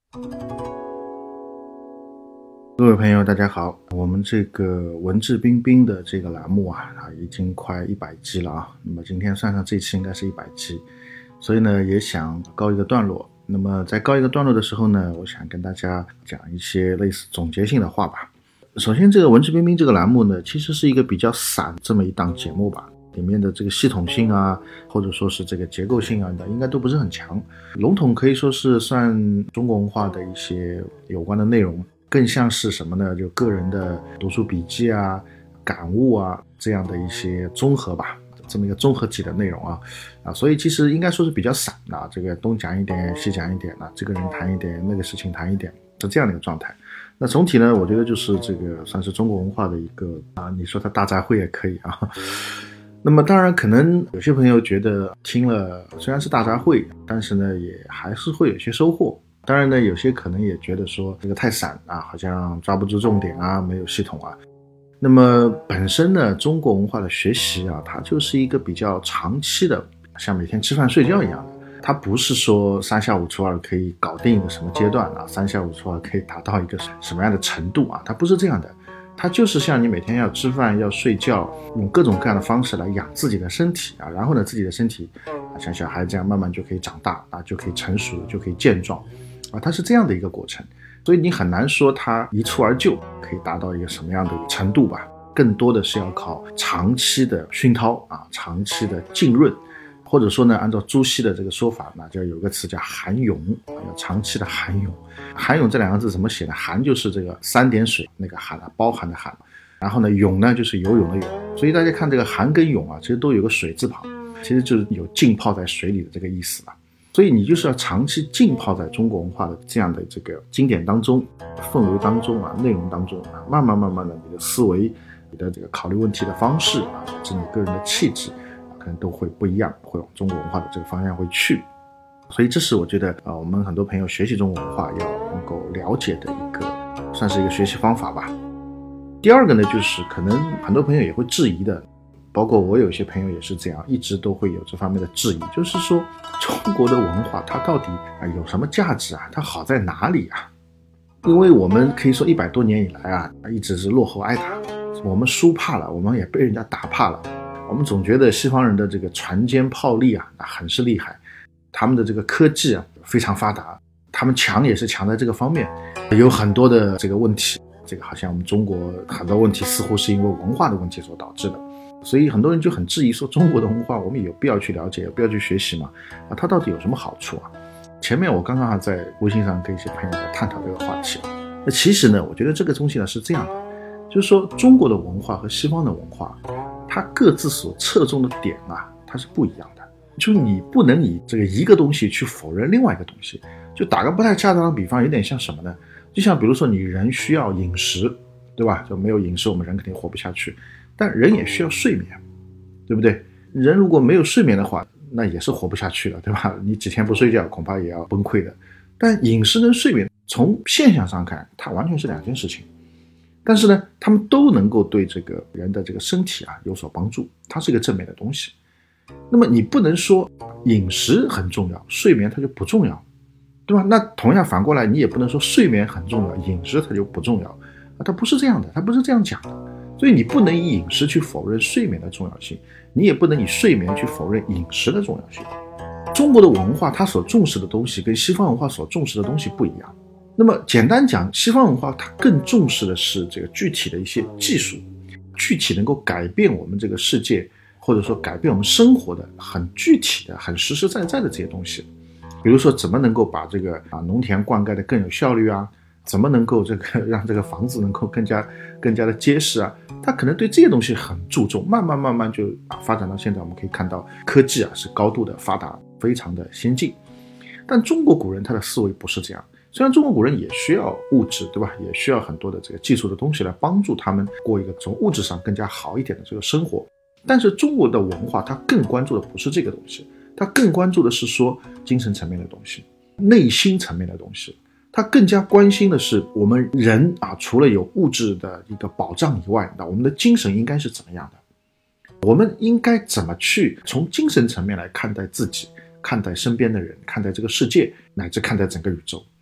各位朋友大家好，我们这个文质彬彬的这个栏目已经快100集了啊。那么今天算上这期应该是100集，所以呢也想告一个段落。那么在告一个段落的时候呢，我想跟大家讲一些类似总结性的话吧。首先这个文质彬彬这个栏目呢，其实是一个比较散这么一档节目吧，里面的这个系统性啊，或者说是这个结构性啊，应该都不是很强。笼统可以说是算中国文化的一些有关的内容，更像是什么呢？就个人的读书笔记啊、感悟啊这样的一些综合吧，这么一个综合体的内容所以其实应该说是比较散这个东讲一点西讲一点这个人谈一点那个事情谈一点，是这样的一个状态。那总体呢，我觉得就是这个算是中国文化的一个你说它大杂烩也可以那么当然可能有些朋友觉得听了虽然是大杂烩，但是呢也还是会有些收获。当然呢有些可能也觉得说这个太散好像抓不住重点没有系统那么本身呢中国文化的学习它就是一个比较长期的，像每天吃饭睡觉一样的，它不是说3下5除2可以搞定一个什么阶段3下5除2可以达到一个什么样的程度它不是这样的。它就是像你每天要吃饭要睡觉，用各种各样的方式来养自己的身体然后呢自己的身体像小孩这样慢慢就可以长大就可以成熟，就可以健壮它是这样的一个过程。所以你很难说它一蹴而就可以达到一个什么样的程度吧，更多的是要靠长期的熏陶长期的浸润，或者说呢按照朱熹的这个说法就有个词叫涵泳要长期的涵泳。涵泳这两个字怎么写呢？涵就是这个3点水那个涵包含的涵，然后呢泳呢就是游泳的泳，所以大家看这个涵跟泳其实都有个水字旁，其实就是有浸泡在水里的这个意思所以你就是要长期浸泡在中国文化的这样的这个经典当中、氛围当中内容当中慢慢的你的思维、你的这个考虑问题的方式甚至你个人的气质可能都会不一样，会往中国文化的这个方向会去。所以这是我觉得我们很多朋友学习中国文化要能够了解的一个算是一个学习方法吧。第二个呢，就是可能很多朋友也会质疑的，包括我有些朋友也是这样，一直都会有这方面的质疑，就是说中国的文化它到底有什么价值它好在哪里因为我们可以说100多年以来一直是落后挨打，我们输怕了，我们也被人家打怕了。我们总觉得西方人的这个船坚炮利很是厉害，他们的这个科技非常发达，他们强也是强在这个方面，有很多的这个问题，这个好像我们中国很多问题似乎是因为文化的问题所导致的。所以很多人就很质疑说，中国的文化我们有必要去了解，有必要去学习吗？它到底有什么好处前面我刚刚在微信上跟一些朋友在探讨这个话题那其实呢我觉得这个东西呢是这样的，就是说中国的文化和西方的文化它各自所侧重的点它是不一样的，就是你不能以这个一个东西去否认另外一个东西。就打个不太恰当的比方，有点像什么呢？就像比如说你人需要饮食，对吧？就没有饮食我们人肯定活不下去，但人也需要睡眠，对不对？人如果没有睡眠的话，那也是活不下去的，对吧？你几天不睡觉恐怕也要崩溃的。但饮食跟睡眠从现象上看它完全是两件事情，但是呢他们都能够对这个人的这个身体有所帮助，它是一个正面的东西。那么你不能说饮食很重要，睡眠它就不重要，对吧？那同样反过来你也不能说睡眠很重要，饮食它就不重要它不是这样的，它不是这样讲的。所以你不能以饮食去否认睡眠的重要性，你也不能以睡眠去否认饮食的重要性。中国的文化它所重视的东西跟西方文化所重视的东西不一样。那么简单讲，西方文化它更重视的是这个具体的一些技术，具体能够改变我们这个世界或者说改变我们生活的很具体的很实实在在的这些东西。比如说怎么能够把这个农田灌溉的更有效率怎么能够这个让这个房子能够更加的结实他可能对这些东西很注重，慢慢就发展到现在，我们可以看到科技是高度的发达，非常的先进。但中国古人他的思维不是这样，虽然中国古人也需要物质，对吧？也需要很多的这个技术的东西来帮助他们过一个从物质上更加好一点的这个生活，但是中国的文化它更关注的不是这个东西，它更关注的是说精神层面的东西，内心层面的东西。他更加关心的是我们人除了有物质的一个保障以外，我们的精神应该是怎么样的，我们应该怎么去从精神层面来看待自己，看待身边的人，看待这个世界，乃至看待整个宇宙。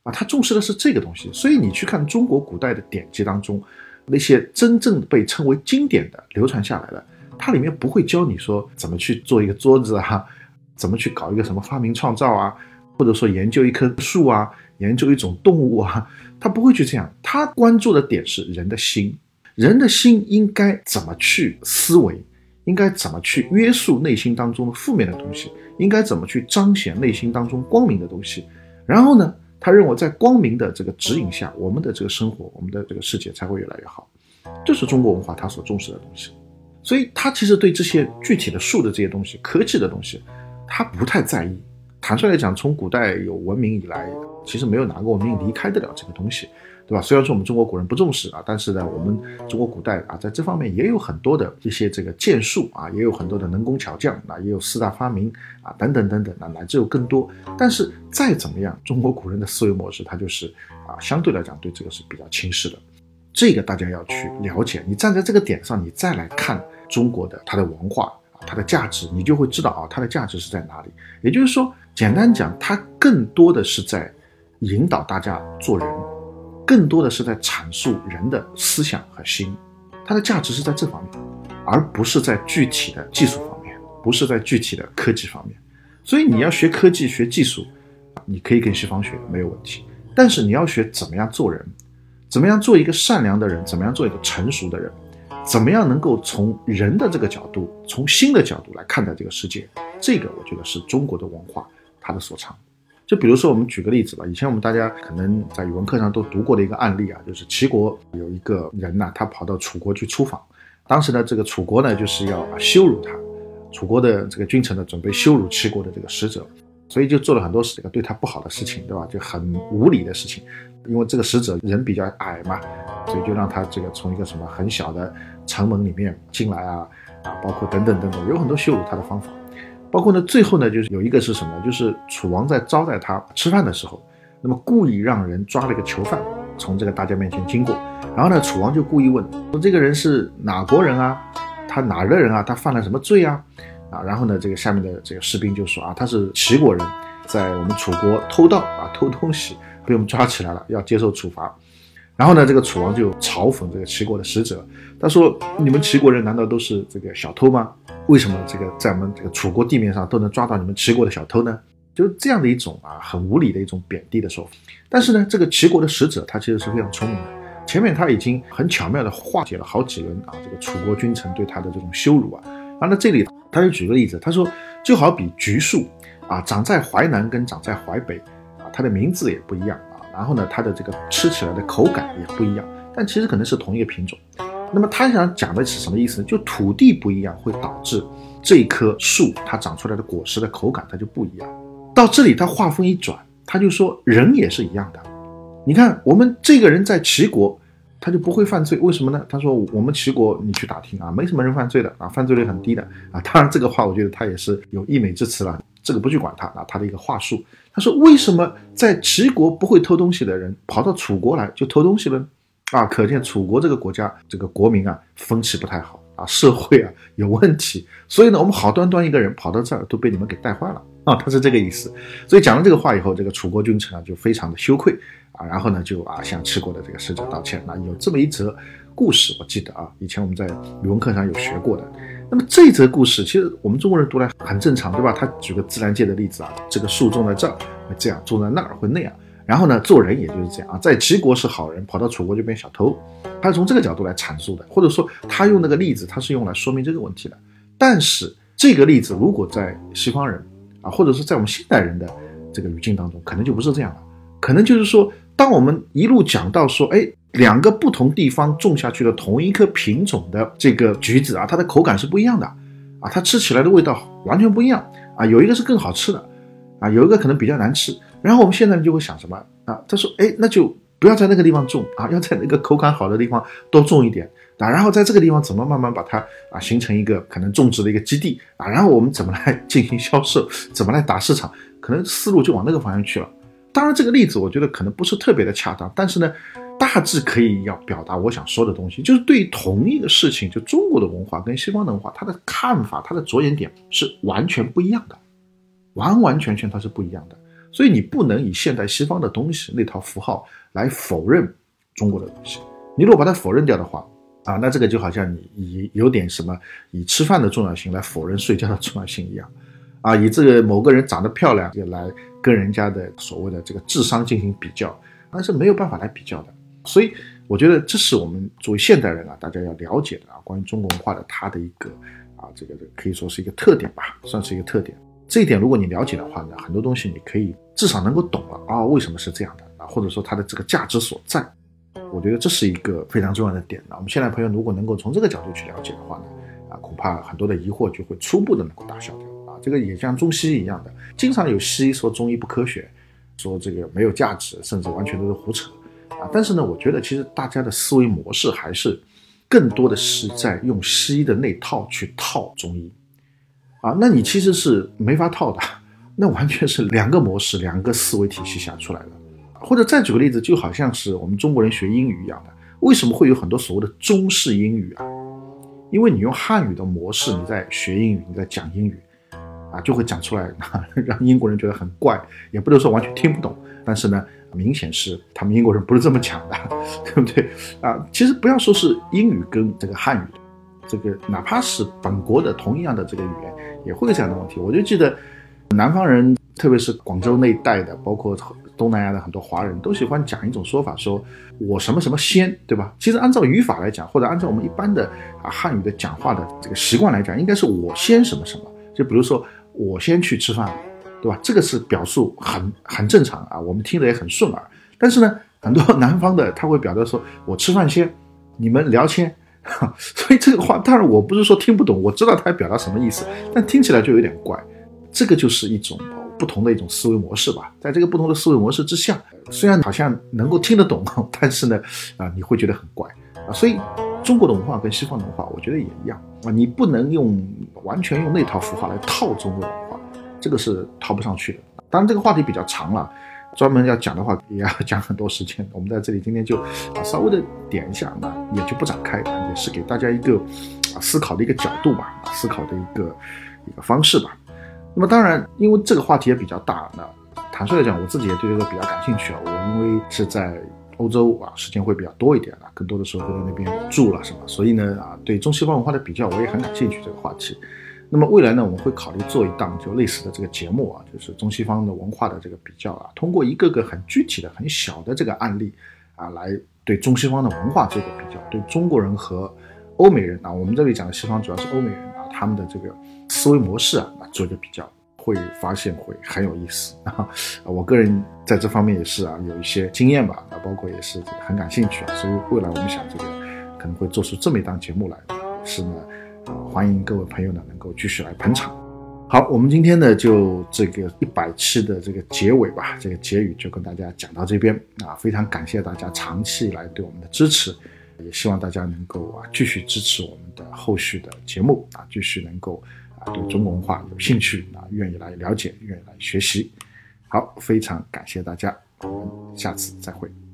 他重视的是这个东西。所以你去看中国古代的典籍当中，那些真正被称为经典的流传下来的，它里面不会教你说怎么去做一个桌子啊，怎么去搞一个什么发明创造啊，或者说研究一棵树啊，研究一种动物啊，他不会去这样。他关注的点是人的心，人的心应该怎么去思维，应该怎么去约束内心当中的负面的东西，应该怎么去彰显内心当中光明的东西。然后呢，他认为在光明的这个指引下，我们的这个生活，我们的这个世界才会越来越好。这是中国文化他所重视的东西。所以他其实对这些具体的术的这些东西，科技的东西，他不太在意。坦率来讲，从古代有文明以来，其实没有哪个文明离开得了这个东西，对吧？虽然说我们中国古人不重视但是呢，我们中国古代在这方面也有很多的一些这个建树也有很多的能工巧匠也有四大发明等等等等乃至有更多。但是再怎么样，中国古人的思维模式，它就是相对来讲对这个是比较轻视的。这个大家要去了解，你站在这个点上，你再来看中国的它的文化，它的价值，你就会知道它的价值是在哪里。也就是说，简单讲，它更多的是在引导大家做人，更多的是在阐述人的思想和心，它的价值是在这方面，而不是在具体的技术方面，不是在具体的科技方面。所以你要学科技学技术，你可以跟西方学没有问题，但是你要学怎么样做人，怎么样做一个善良的人，怎么样做一个成熟的人，怎么样能够从人的这个角度，从心的角度来看待这个世界，这个我觉得是中国的文化它的所长。就比如说我们举个例子吧，以前我们大家可能在语文课上都读过的一个案例就是齐国有一个人他跑到楚国去出访，当时呢这个楚国呢就是要羞辱他，楚国的这个君臣呢准备羞辱齐国的这个使者，所以就做了很多这个对他不好的事情，对吧？就很无理的事情。因为这个使者人比较矮嘛，所以就让他这个从一个什么很小的城门里面进来包括等等等等，有很多羞辱他的方法。包括呢最后呢就是有一个是什么，就是楚王在招待他吃饭的时候，那么故意让人抓了一个囚犯从这个大家面前经过，然后呢楚王就故意问说这个人是哪国人他哪儿的人他犯了什么罪然后呢这个下面的这个士兵就说他是齐国人，在我们楚国偷盗偷东西被我们抓起来了，要接受处罚。然后呢这个楚王就嘲讽这个齐国的使者，他说你们齐国人难道都是这个小偷吗？为什么这个在我们这个楚国地面上都能抓到你们齐国的小偷呢？就是这样的一种很无理的一种贬低的说法。但是呢这个齐国的使者他其实是非常聪明的，前面他已经很巧妙的化解了好几轮这个楚国君臣对他的这种羞辱然后呢这里他就举个例子，他说就好比橘树长在淮南跟长在淮北它的名字也不一样然后呢它的这个吃起来的口感也不一样，但其实可能是同一个品种。那么他想讲的是什么意思呢？就土地不一样会导致这棵树它长出来的果实的口感它就不一样。到这里他话锋一转，他就说人也是一样的，你看我们这个人在齐国他就不会犯罪，为什么呢？他说我们齐国你去打听没什么人犯罪的犯罪率很低的当然这个话我觉得他也是有溢美之词了，这个不去管他的一个话术。他说为什么在齐国不会偷东西的人跑到楚国来就偷东西了呢？可见楚国这个国家这个国民风气不太好社会有问题，所以呢我们好端端一个人跑到这儿都被你们给带坏了他是这个意思。所以讲了这个话以后，这个楚国君臣就非常的羞愧然后呢就向齐国的这个使者道歉。有这么一则故事，我记得以前我们在语文课上有学过的。那么这则故事其实我们中国人读来很正常，对吧？他举个自然界的例子这个树种在这儿会这样，种在那儿会那样，然后呢做人也就是这样在齐国是好人，跑到楚国就变小偷，他是从这个角度来阐述的，或者说他用那个例子他是用来说明这个问题的。但是这个例子如果在西方人或者是在我们现代人的这个语境当中可能就不是这样了，可能就是说当我们一路讲到说两个不同地方种下去的同一棵品种的这个橘子它的口感是不一样的它吃起来的味道完全不一样有一个是更好吃的有一个可能比较难吃。然后我们现在就会想什么他说那就不要在那个地方种要在那个口感好的地方多种一点然后在这个地方怎么慢慢把它形成一个可能种植的一个基地然后我们怎么来进行销售，怎么来打市场，可能思路就往那个方向去了。当然这个例子我觉得可能不是特别的恰当，但是呢大致可以要表达我想说的东西，就是对于同一个事情，就中国的文化跟西方的文化，它的看法它的着眼点是完全不一样的，完完全全它是不一样的。 所以你不能以现代西方的东西那套符号来否认中国的东西。你如果把它否认掉的话啊，那这个就好像你有点什么以吃饭的重要性来否认睡觉的重要性一样啊，以这个某个人长得漂亮来跟人家的所谓的这个智商进行比较，那是没有办法来比较的。所以我觉得这是我们作为现代人啊，大家要了解的啊，关于中国文化的它的一个啊，这个可以说是一个特点吧，算是一个特点。这一点如果你了解的话呢，很多东西你可以至少能够懂了啊，为什么是这样的啊，或者说它的这个价值所在。我觉得这是一个非常重要的点。我们现在朋友如果能够从这个角度去了解的话呢，啊，恐怕很多的疑惑就会初步的能够打消掉啊。这个也像中西医一样的，经常有西医说中医不科学，说这个没有价值，甚至完全都是胡扯啊。但是呢，我觉得其实大家的思维模式还是更多的是在用西医的那套去套中医啊，那你其实是没法套的，那完全是两个模式、两个思维体系下出来的。或者再举个例子，就好像是我们中国人学英语一样的，为什么会有很多所谓的中式英语啊？因为你用汉语的模式，你在学英语，你在讲英语啊，就会讲出来让英国人觉得很怪，也不能说完全听不懂，但是呢，明显是他们英国人不是这么讲的，对不对啊？其实不要说是英语跟这个汉语，这个哪怕是本国的同一样的这个语言，也会有这样的问题。我就记得南方人，特别是广州那一带的，包括东南亚的很多华人都喜欢讲一种说法，说我什么什么先，对吧？其实按照语法来讲，或者按照我们一般的汉语的讲话的这个习惯来讲，应该是我先什么什么。就比如说我先去吃饭了，对吧？这个是表述很正常啊，我们听着也很顺耳。但是呢，很多南方的他会表达说我吃饭先，你们聊先。所以这个话当然我不是说听不懂，我知道他表达什么意思，但听起来就有点怪。这个就是一种不同的一种思维模式吧。在这个不同的思维模式之下，虽然好像能够听得懂，但是呢你会觉得很怪啊。所以中国的文化跟西方的文化我觉得也一样啊，你不能完全用那套符号来套中国文化，这个是套不上去的。当然这个话题比较长了，专门要讲的话也要讲很多时间，我们在这里今天就稍微的点一下，那也就不展开，也是给大家一个思考的一个角度吧，思考的一个方式吧。那么当然因为这个话题也比较大，那坦率来讲我自己也对这个比较感兴趣啊。我因为是在欧洲时间会比较多一点更多的时候会在那边住了什么，所以呢对中西方文化的比较我也很感兴趣这个话题。那么未来呢，我们会考虑做一档就类似的这个节目就是中西方的文化的这个比较通过一个个很具体的很小的这个案例来对中西方的文化做个比较，对中国人和欧美人我们这里讲的西方主要是欧美人他们的这个思维模式做一个比较，会发现会很有意思我个人在这方面也是有一些经验吧包括也是很感兴趣所以未来我们想这个可能会做出这么一档节目来，是呢欢迎各位朋友呢能够继续来捧场。好，我们今天呢就这个100期的这个结尾吧，这个结语就跟大家讲到这边非常感谢大家长期以来对我们的支持，也希望大家能够继续支持我们的后续的节目继续能够对中国文化有兴趣愿意来了解，愿意来学习。好，非常感谢大家，我们下次再会。